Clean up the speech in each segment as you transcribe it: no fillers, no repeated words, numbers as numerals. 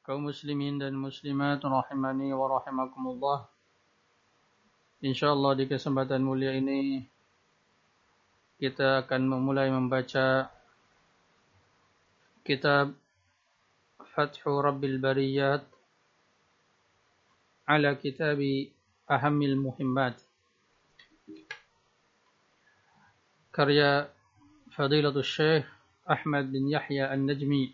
Kaum muslimin dan muslimat rahimani wa rahimakumullah. Insyaallah di kesempatan mulia ini kita akan memulai membaca kitab Fathu Rabbil Bariyat ala kitabi Ahammil Muhimmat, karya Fadilatul Syekh Ahmad bin Yahya An-Najmi.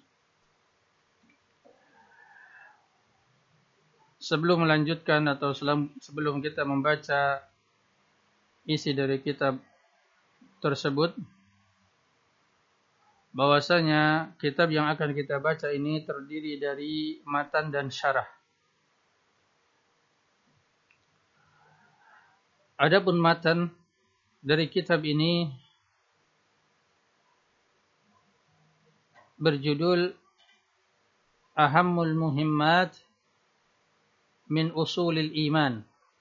Sebelum melanjutkan atau sebelum kita membaca isi dari kitab tersebut, bahwasanya kitab yang akan kita baca ini terdiri dari matan dan syarah. Adapun matan dari kitab ini berjudul Ahammul Muhimmat min Usulil Iman,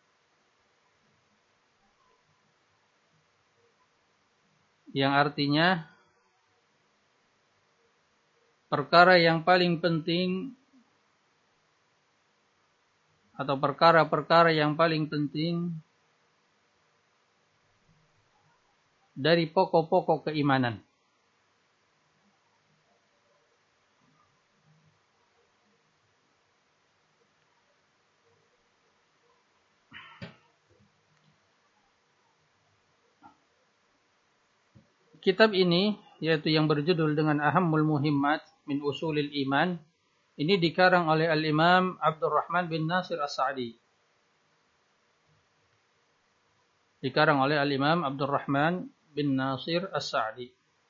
yang artinya perkara yang paling penting atau perkara-perkara yang paling penting dari pokok-pokok keimanan. Kitab ini, yaitu yang berjudul dengan Ahammul Muhimmat min Usulil Iman, ini dikarang oleh Al-Imam Abdurrahman bin Nasir As-Sa'di. Dikarang oleh Al-Imam Abdurrahman bin Nasir As-Sa'di.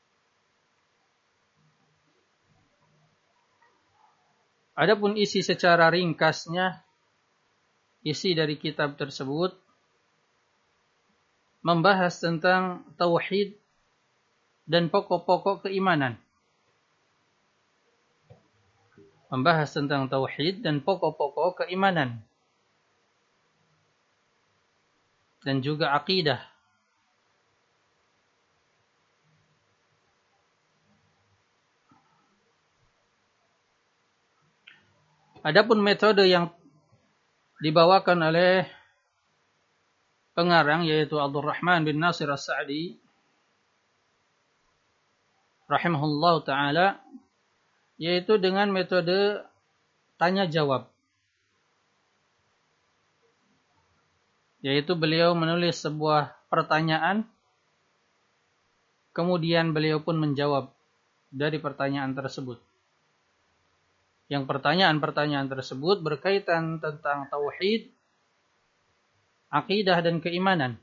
Adapun isi secara ringkasnya, isi dari kitab tersebut membahas tentang tauhid dan pokok-pokok keimanan. Membahas tentang tauhid dan pokok-pokok keimanan. Dan juga akidah. Adapun metode yang dibawakan oleh pengarang, yaitu Abdurrahman bin Nasir As-Sa'di rahimahullah ta'ala, yaitu dengan metode tanya jawab. Yaitu beliau menulis sebuah pertanyaan, kemudian beliau pun menjawab dari pertanyaan tersebut. Yang pertanyaan-pertanyaan tersebut berkaitan tentang tauhid, akidah dan keimanan.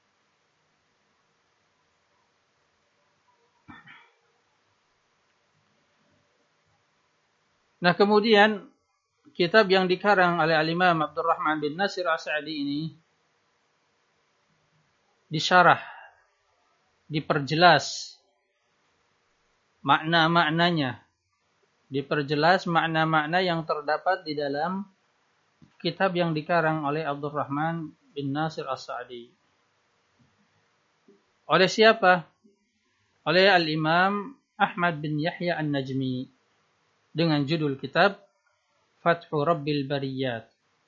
Nah, kemudian kitab yang dikarang oleh Al-Imam Abdurrahman bin Nasir As-Sa'di ini disyarah, diperjelas makna-maknanya, diperjelas makna-makna yang terdapat di dalam kitab yang dikarang oleh Abdurrahman bin Nasir As-Sa'di. Oleh siapa? Oleh Al-Imam Ahmad bin Yahya An-Najmi, dengan judul kitab Fathu Rabbil Bariyat.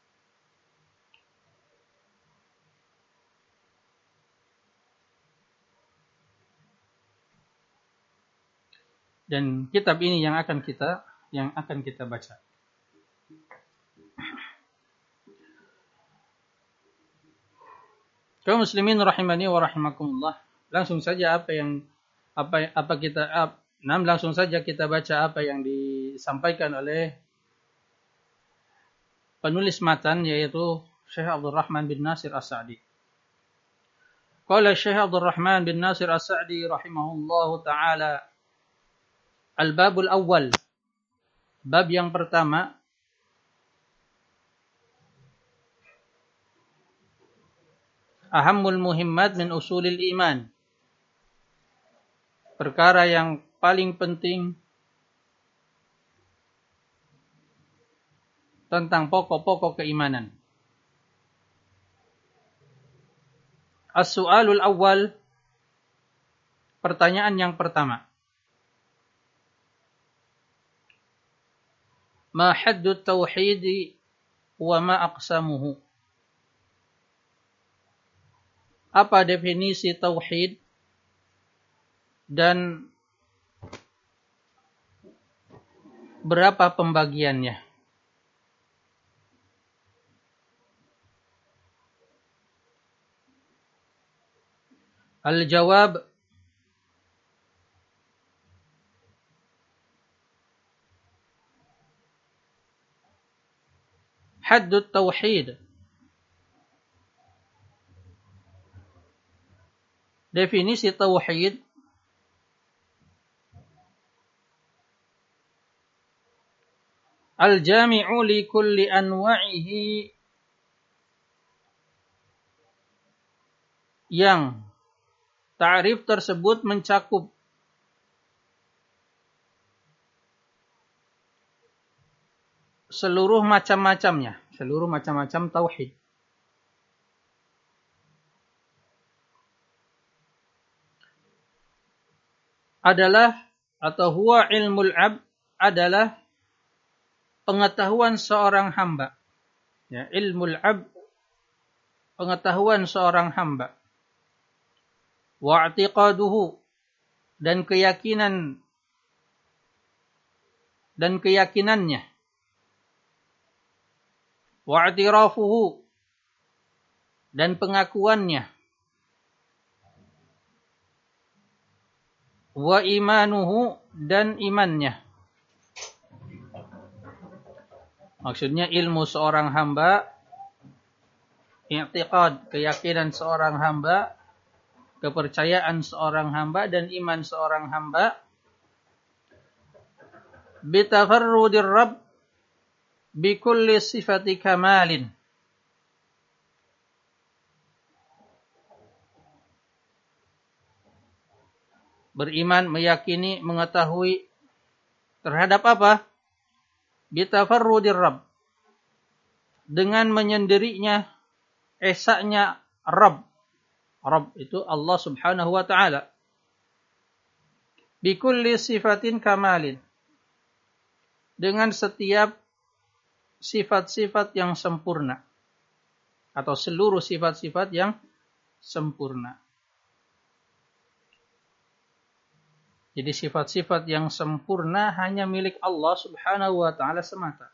Dan kitab ini yang akan kita baca. Kaum muslimin rahimani wa rahimakumullah. Langsung saja langsung saja kita baca apa yang disampaikan oleh penulis matan, yaitu Syekh Abdurrahman bin Nasir As-Sa'di. Qala Syekh Abdurrahman bin Nasir As-Sa'di rahimahullahu ta'ala, Al-Babul Awwal, bab yang pertama, Ahammul Muhimmat min Usulil Iman, perkara yang paling penting tentang pokok-pokok keimanan. As-su'alul awwal, pertanyaan yang pertama. Ma haddu tauhid wa ma aqsamuhu. Apa definisi tauhid dan berapa pembagiannya? Al-jawab, haddu tauhid, definisi tauhid al-jami'u li kulli anwa'ihi, yang ta'rif tersebut mencakup seluruh macam-macamnya, seluruh macam-macam tauhid. Adalah atau huwa ilmul abd, adalah pengetahuan seorang hamba. Ya, ilmul abd, pengetahuan seorang hamba. Wa i'tiqaduhu, dan keyakinannya. Wa i'tirafuhu, dan pengakuannya. Wa imanuhu, dan imannya. Maksudnya ilmu seorang hamba, i'tiqad, keyakinan seorang hamba, kepercayaan seorang hamba, dan iman seorang hamba, bitafarrudir rabb bikulli sifati kamalin, beriman, meyakini, mengetahui terhadap apa? Bitafarrudir rabb, dengan menyendirinya, esanya Rabb. Rabb itu Allah subhanahu wa ta'ala. Bikulli sifatin kamalin, dengan setiap sifat-sifat yang sempurna, atau seluruh sifat-sifat yang sempurna. Jadi sifat-sifat yang sempurna hanya milik Allah subhanahu wa ta'ala semata.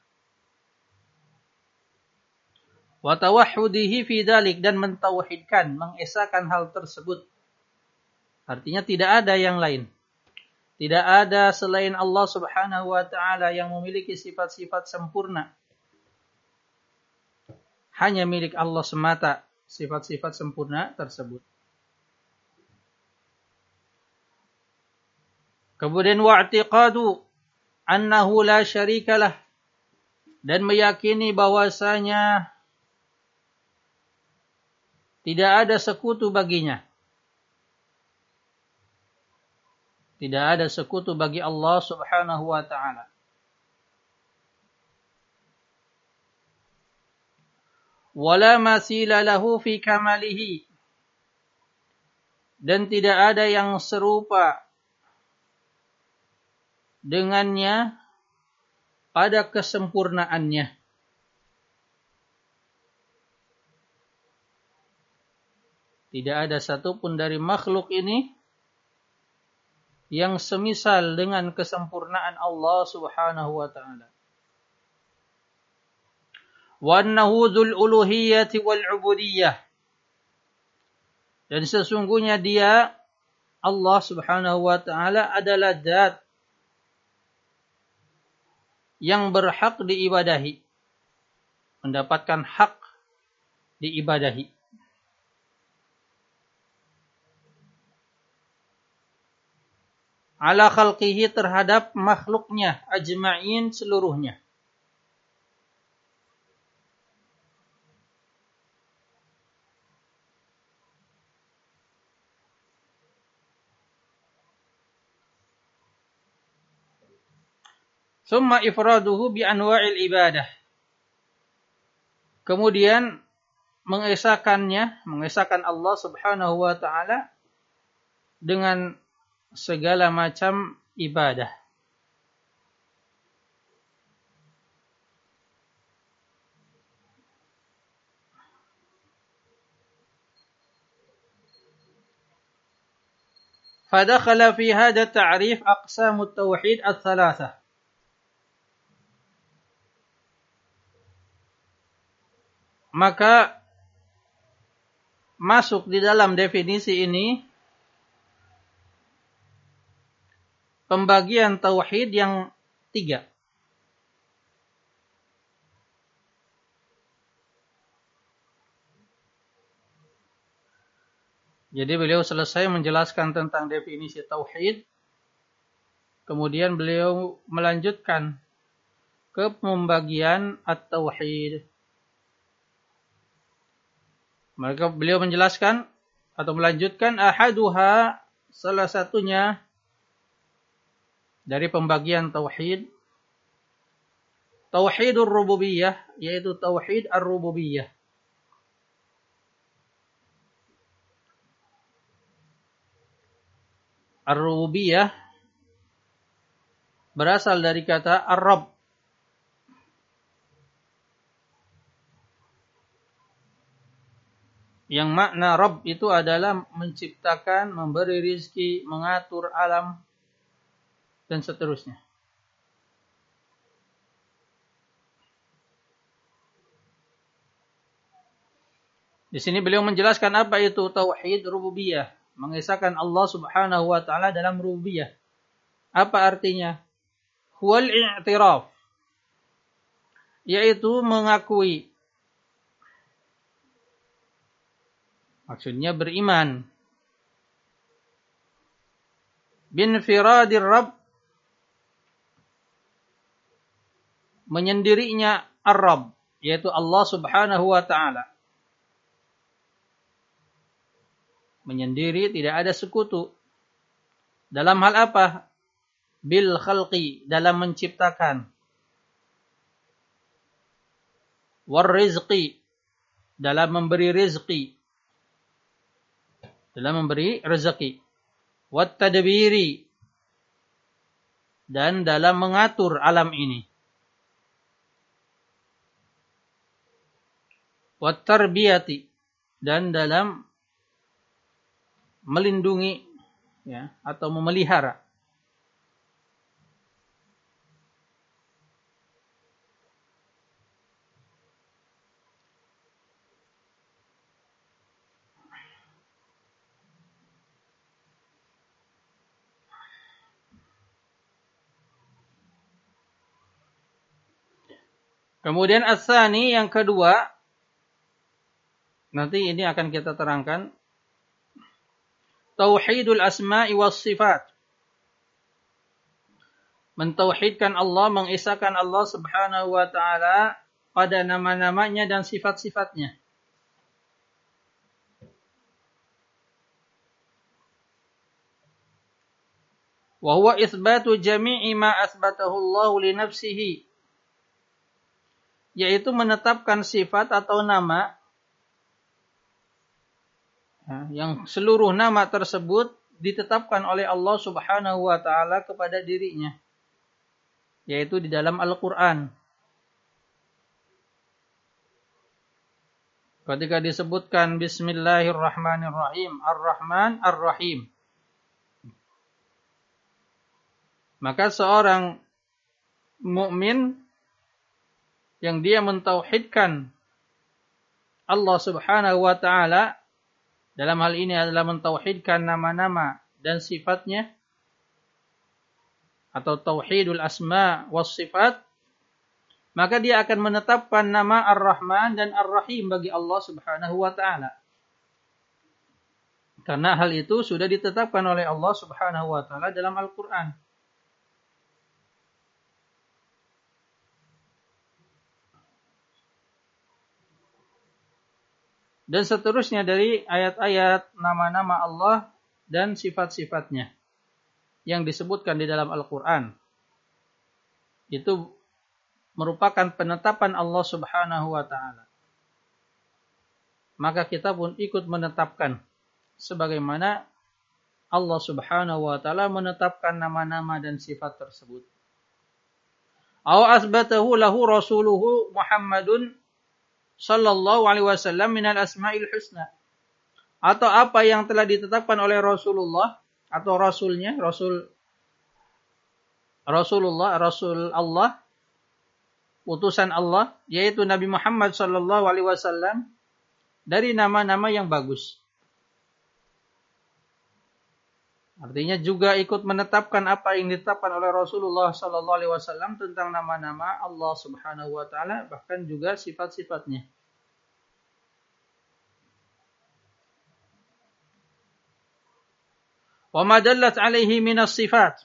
Wa tawahhudihi fi dzalik, dan mentauhidkan, mengesahkan hal tersebut. Artinya tidak ada yang lain. Tidak ada selain Allah subhanahu wa ta'ala yang memiliki sifat-sifat sempurna. Hanya milik Allah semata sifat-sifat sempurna tersebut. Kemudian wa'tiqadu annahu la syarikalah, dan meyakini bahwasanya tidak ada sekutu baginya. Tidak ada sekutu bagi Allah subhanahu wa ta'ala. Wala masila lahu fi kamalihi, dan tidak ada yang serupa dengannya pada kesempurnaannya. Tidak ada satupun dari makhluk ini yang semisal dengan kesempurnaan Allah subhanahu wa ta'ala. Wa annahu dzul uluhiyyati wal ubudiyyah, dan sesungguhnya dia, Allah subhanahu wa ta'ala, adalah zat yang berhak diibadahi, mendapatkan hak diibadahi. Ala khalqihi, terhadap makhluknya, ajma'in, seluruhnya. Summa ifraduhu bi anwa'il ibadah. Kemudian mengesahkan Allah subhanahu wa ta'ala dengan segala macam ibadah. Fadakhala fi hadha ta'rif aqsamut tauhid ats-tsalatsah. Maka masuk di dalam definisi ini pembagian tauhid yang 3. Jadi beliau selesai menjelaskan tentang definisi tauhid, kemudian beliau melanjutkan ke pembagian at-tauhid. Maka beliau menjelaskan atau melanjutkan ahaduha, salah satunya dari pembagian tauhid, tauhidur rububiyah, yaitu tauhid ar-rububiyah. Ar-rububiyah berasal dari kata ar-rabb, yang makna Rabb itu adalah menciptakan, memberi rizki, mengatur alam, dan seterusnya. Di sini beliau menjelaskan apa itu tauhid rububiyah, mengesahkan Allah Subhanahu wa taala dalam rububiyah. Apa artinya? Huwal i'tiraf, yaitu mengakui. Maksudnya beriman. Binfiradir Rabb, menyendirinya Ar-Rabb, yaitu Allah Subhanahu wa taala. Menyendiri, tidak ada sekutu. Dalam hal apa? Bil khalqi, dalam menciptakan. War rizqi, dalam memberi rizqi. Dalam memberi rezeki. Wat tadbiri, dan dalam mengatur alam ini. Wat tarbiyati, dan dalam melindungi, ya, atau memelihara. Kemudian as-tsani, yang kedua, nanti ini akan kita terangkan, tauhidul asma'i was sifat. Mentauhidkan Allah, mengesahkan Allah Subhanahu wa taala pada nama-namanya dan sifat-sifatnya. Wa huwa itsbatu jami'i ma asbatahu Allah li nafsihi, yaitu menetapkan sifat atau nama yang seluruh nama tersebut ditetapkan oleh Allah Subhanahu wa taala kepada dirinya, yaitu di dalam Al-Qur'an. Ketika disebutkan Bismillahirrahmanirrahim, Ar-Rahman Ar-Rahim, maka seorang mukmin yang dia mentauhidkan Allah Subhanahu wa taala, dalam hal ini adalah mentauhidkan nama-nama dan sifatnya, atau tauhidul asma was sifat, maka dia akan menetapkan nama Ar-Rahman dan Ar-Rahim bagi Allah Subhanahu wa taala. Karena hal itu sudah ditetapkan oleh Allah Subhanahu wa taala dalam Al-Qur'an. Dan seterusnya dari ayat-ayat nama-nama Allah dan sifat-sifatnya yang disebutkan di dalam Al-Quran. Itu merupakan penetapan Allah Subhanahu wa ta'ala. Maka kita pun ikut menetapkan sebagaimana Allah Subhanahu wa ta'ala menetapkan nama-nama dan sifat tersebut. Aw asbatahu lahu rasuluhu Muhammadun sallallahu alaihi wasallam minal asma'il husna, atau apa yang telah ditetapkan oleh Rasulullah atau rasulnya, Rasul Allah, utusan Allah, yaitu Nabi Muhammad sallallahu alaihi wasallam, dari nama-nama yang bagus. Artinya juga ikut menetapkan apa yang ditetapkan oleh Rasulullah sallallahu alaihi wasallam tentang nama-nama Allah Subhanahu wa taala, bahkan juga sifat-sifatnya. Wa ma dallat alaihi minas sifat,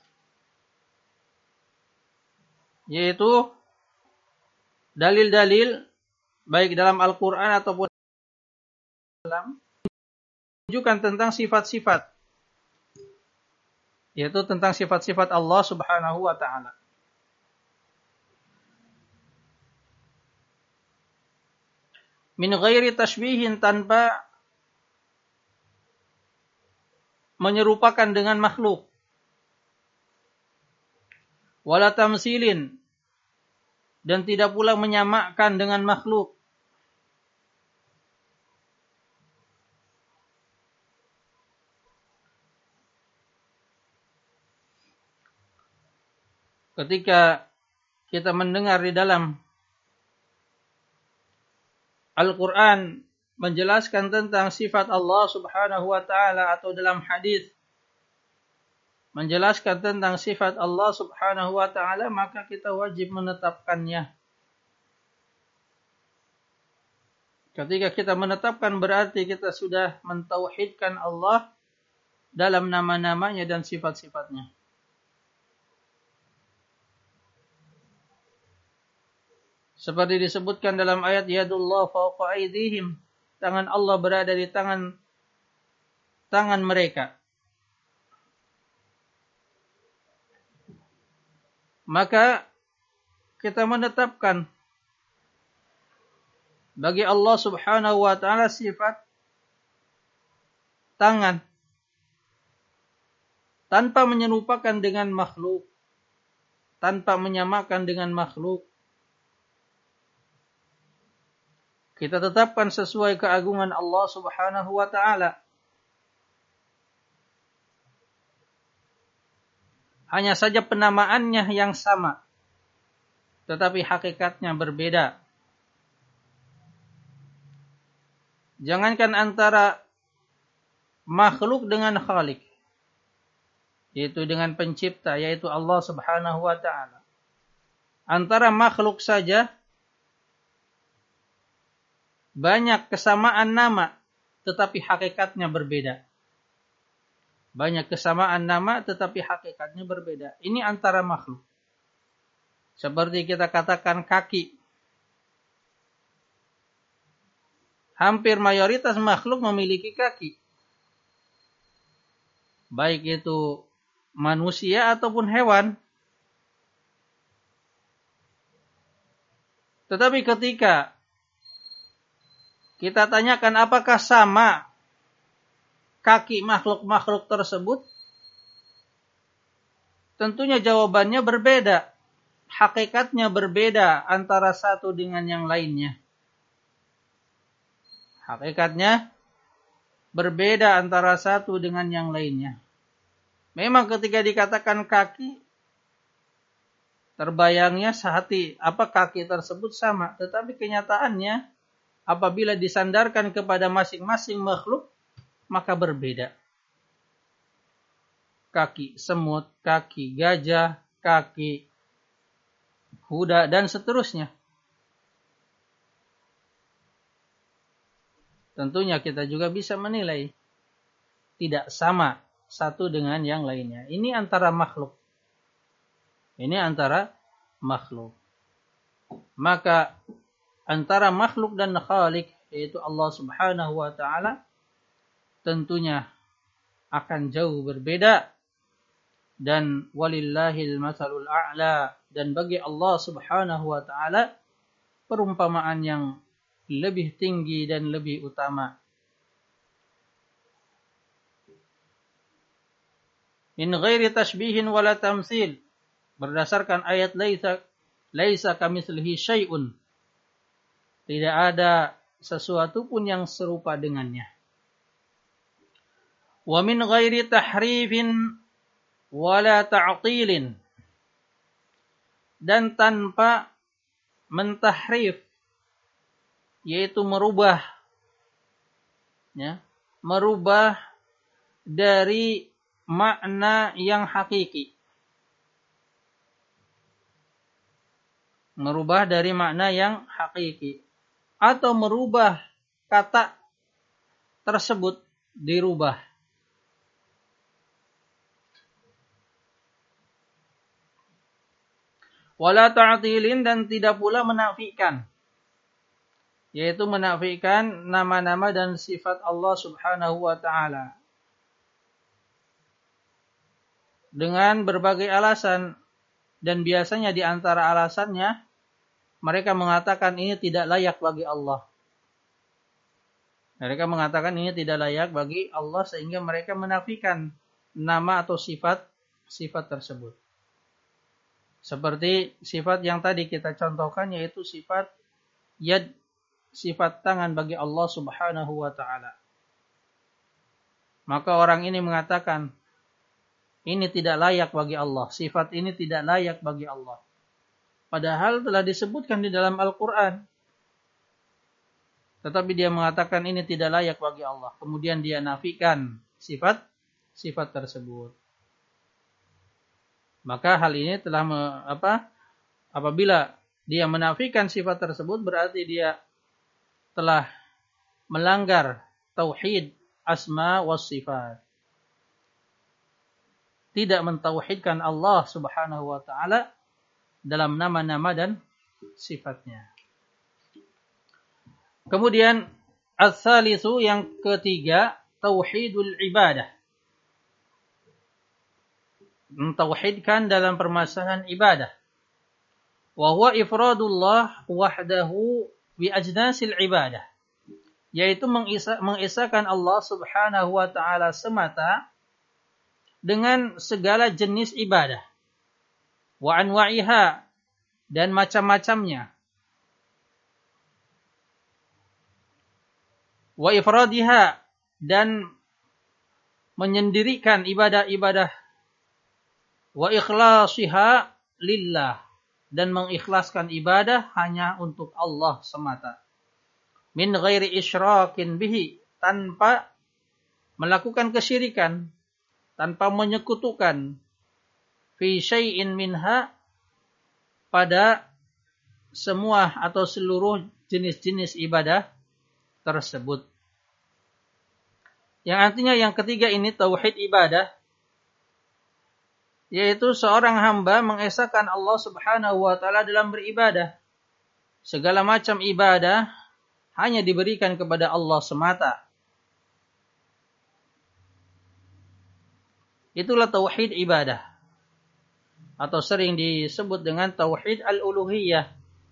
yaitu dalil-dalil baik dalam Al-Qur'an ataupun dalam menunjukkan tentang sifat-sifat, yaitu tentang sifat-sifat Allah Subhanahu wa taala. Min ghairi tashbihin, tanpa menyerupakan dengan makhluk. Wala tamsilin, dan tidak pula menyamakan dengan makhluk. Ketika kita mendengar di dalam Al-Quran menjelaskan tentang sifat Allah Subhanahu wa taala, atau dalam hadis menjelaskan tentang sifat Allah Subhanahu wa taala, maka kita wajib menetapkannya. Ketika kita menetapkan, berarti kita sudah mentauhidkan Allah dalam nama-namanya dan sifat-sifatnya. Seperti disebutkan dalam ayat Yadullah fawqa aydihim, tangan Allah berada di tangan mereka. Maka kita menetapkan bagi Allah Subhanahu wa taala sifat tangan tanpa menyerupakan dengan makhluk, tanpa menyamakan dengan makhluk. Kita tetapkan sesuai keagungan Allah Subhanahu wa taala. Hanya saja penamaannya yang sama, tetapi hakikatnya berbeda. Jangankan antara makhluk dengan Khalik, yaitu dengan pencipta, yaitu Allah Subhanahu wa taala. Antara makhluk saja banyak kesamaan nama, tetapi hakikatnya berbeda. Banyak kesamaan nama, tetapi hakikatnya berbeda. Ini antara makhluk. Seperti kita katakan kaki. Hampir mayoritas makhluk memiliki kaki. Baik itu manusia ataupun hewan. Tetapi ketika kita tanyakan apakah sama kaki makhluk-makhluk tersebut, tentunya jawabannya berbeda. Hakikatnya berbeda antara satu dengan yang lainnya. Hakikatnya berbeda antara satu dengan yang lainnya. Memang ketika dikatakan kaki, terbayangnya sehati apa kaki tersebut sama. Tetapi kenyataannya, apabila disandarkan kepada masing-masing makhluk, maka berbeda. Kaki semut, kaki gajah, kaki kuda, dan seterusnya. Tentunya kita juga bisa menilai tidak sama satu dengan yang lainnya. Ini antara makhluk. Ini antara makhluk. Maka antara makhluk dan Khalik, yaitu Allah Subhanahu wa taala, tentunya akan jauh berbeda. Dan walillahil matsalul a'la, dan bagi Allah Subhanahu wa taala perumpamaan yang lebih tinggi dan lebih utama. Min ghairi tashbihin wala tamtsil, berdasarkan ayat laisa kamitslihi syai'un, tidak ada sesuatu pun yang serupa dengannya. Wa min ghairi tahrifin wala ta'tilin, dan tanpa mentahrif, yaitu merubah, ya, merubah dari makna yang hakiki. Merubah dari makna yang hakiki. Atau merubah kata tersebut, dirubah. Wala ta'tilin, dan tidak pula menafikan, yaitu menafikan nama-nama dan sifat Allah Subhanahu wa ta'ala dengan berbagai alasan, dan biasanya di antara alasannya mereka mengatakan ini tidak layak bagi Allah. Mereka mengatakan ini tidak layak bagi Allah, sehingga mereka menafikan nama atau sifat tersebut. Seperti sifat yang tadi kita contohkan, yaitu sifat yad, sifat tangan bagi Allah Subhanahu wa ta'ala. Maka orang ini mengatakan ini tidak layak bagi Allah, sifat ini tidak layak bagi Allah. Padahal telah disebutkan di dalam Al-Quran. Tetapi dia mengatakan ini tidak layak bagi Allah. Kemudian dia nafikan sifat tersebut. Maka hal ini telah apabila dia menafikan sifat tersebut, berarti dia telah melanggar tauhid asma was sifat. Tidak mentauhidkan Allah Subhanahu wa ta'ala dalam nama-nama dan sifatnya. Kemudian ats-tsalitsu, yang ketiga, tauhidul ibadah. Mentauhidkan dalam permasalahan ibadah. Wa huwa ifradullah wahdahu bi ajnasil ibadah. Yaitu mengisahkan Allah Subhanahu wa ta'ala semata dengan segala jenis ibadah. Wa anwa'iha, dan macam-macamnya. Wa ifradiha, dan menyendirikan ibadah-ibadah. Wa ikhlasiha lillah, dan mengikhlaskan ibadah hanya untuk Allah semata. Min ghairi isyrakin bihi, tanpa melakukan kesyirikan, tanpa menyekutukan, fi syai'in minha, pada semua atau seluruh jenis-jenis ibadah tersebut. Yang artinya yang ketiga ini tauhid ibadah, yaitu seorang hamba mengesahkan Allah Subhanahu wa ta'ala dalam beribadah. Segala macam ibadah hanya diberikan kepada Allah semata. Itulah tauhid ibadah, atau sering disebut dengan tauhid al-uluhiyah,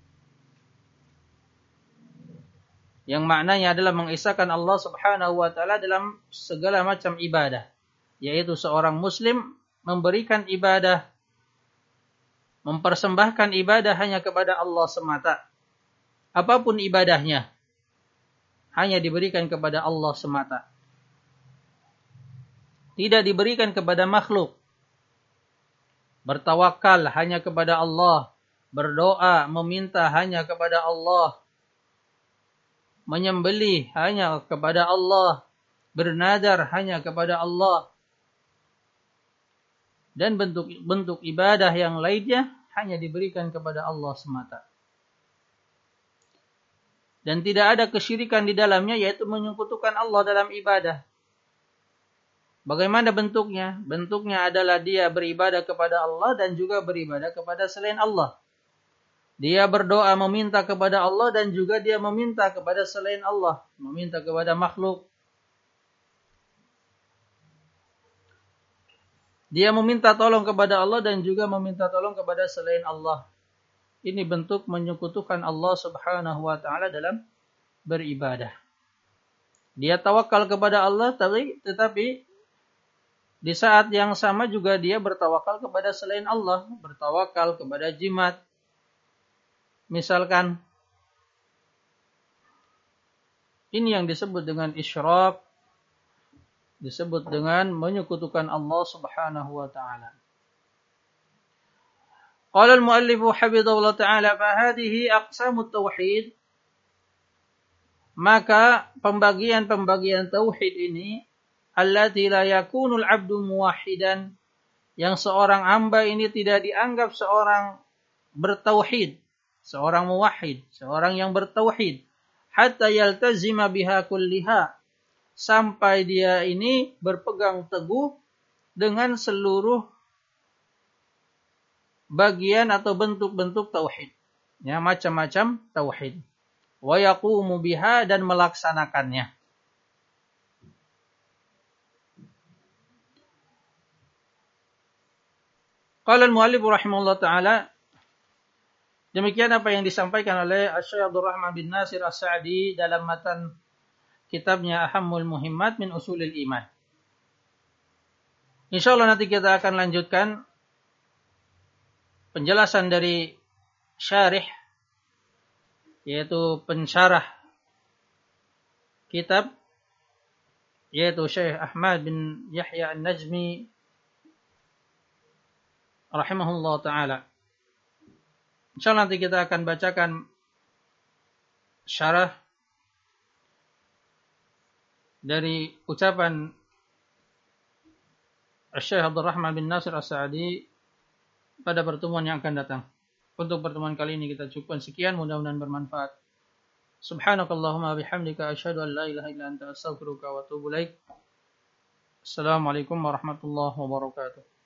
yang maknanya adalah mengesahkan Allah Subhanahu wa ta'ala dalam segala macam ibadah, yaitu seorang muslim memberikan ibadah, mempersembahkan ibadah hanya kepada Allah semata. Apapun ibadahnya hanya diberikan kepada Allah semata. Tidak diberikan kepada makhluk. Bertawakal hanya kepada Allah. Berdoa, meminta hanya kepada Allah. Menyembelih hanya kepada Allah. Bernadar hanya kepada Allah. Dan bentuk ibadah yang lainnya hanya diberikan kepada Allah semata. Dan tidak ada kesyirikan di dalamnya, yaitu menyekutukan Allah dalam ibadah. Bagaimana bentuknya? Bentuknya adalah dia beribadah kepada Allah dan juga beribadah kepada selain Allah. Dia berdoa meminta kepada Allah dan juga dia meminta kepada selain Allah. Meminta kepada makhluk. Dia meminta tolong kepada Allah dan juga meminta tolong kepada selain Allah. Ini bentuk menyekutukan Allah Subhanahu wa ta'ala dalam beribadah. Dia tawakal kepada Allah, tetapi di saat yang sama juga dia bertawakal kepada selain Allah. Bertawakal kepada jimat. Misalkan, ini yang disebut dengan isyrak disebut dengan menyekutukan Allah Subhanahu wa taala. Qala al-muallif hafizahullah taala fa hadhihi aqsamut tauhid. Maka pembagian-pembagian tauhid ini allati la yakunul 'abdu muwahhidan, yang seorang hamba ini tidak dianggap seorang bertauhid, seorang muwahhid, seorang yang bertauhid, hatta yaltazima biha kulliha, sampai dia ini berpegang teguh dengan seluruh bagian atau bentuk-bentuk tauhid, ya, macam-macam tauhid, wa yaqumu biha, dan melaksanakannya. Qala al-muallif rahimahullah taala, demikian apa yang disampaikan oleh Syekh Abdul Rahman bin Nasir As-Sa'di dalam matan kitabnya Ahammul Muhimmat min Usulil Iman. Insyaallah nanti kita akan lanjutkan penjelasan dari syarih, yaitu pensyarah kitab, yaitu Syekh Ahmad bin Yahya An-Najmi rahimahullah ta'ala. Insyaallah nanti kita akan bacakan syarah dari ucapan Syekh Abdul Rahman bin Nasir As-Sa'di pada pertemuan yang akan datang. Untuk pertemuan kali ini kita cukupkan sekian, mudah-mudahan bermanfaat. Subhanakallahumma bihamdika asyhadu an la ilaha illa anta astaghfiruka wa atubu ilaik. Assalamualaikum warahmatullahi wabarakatuh.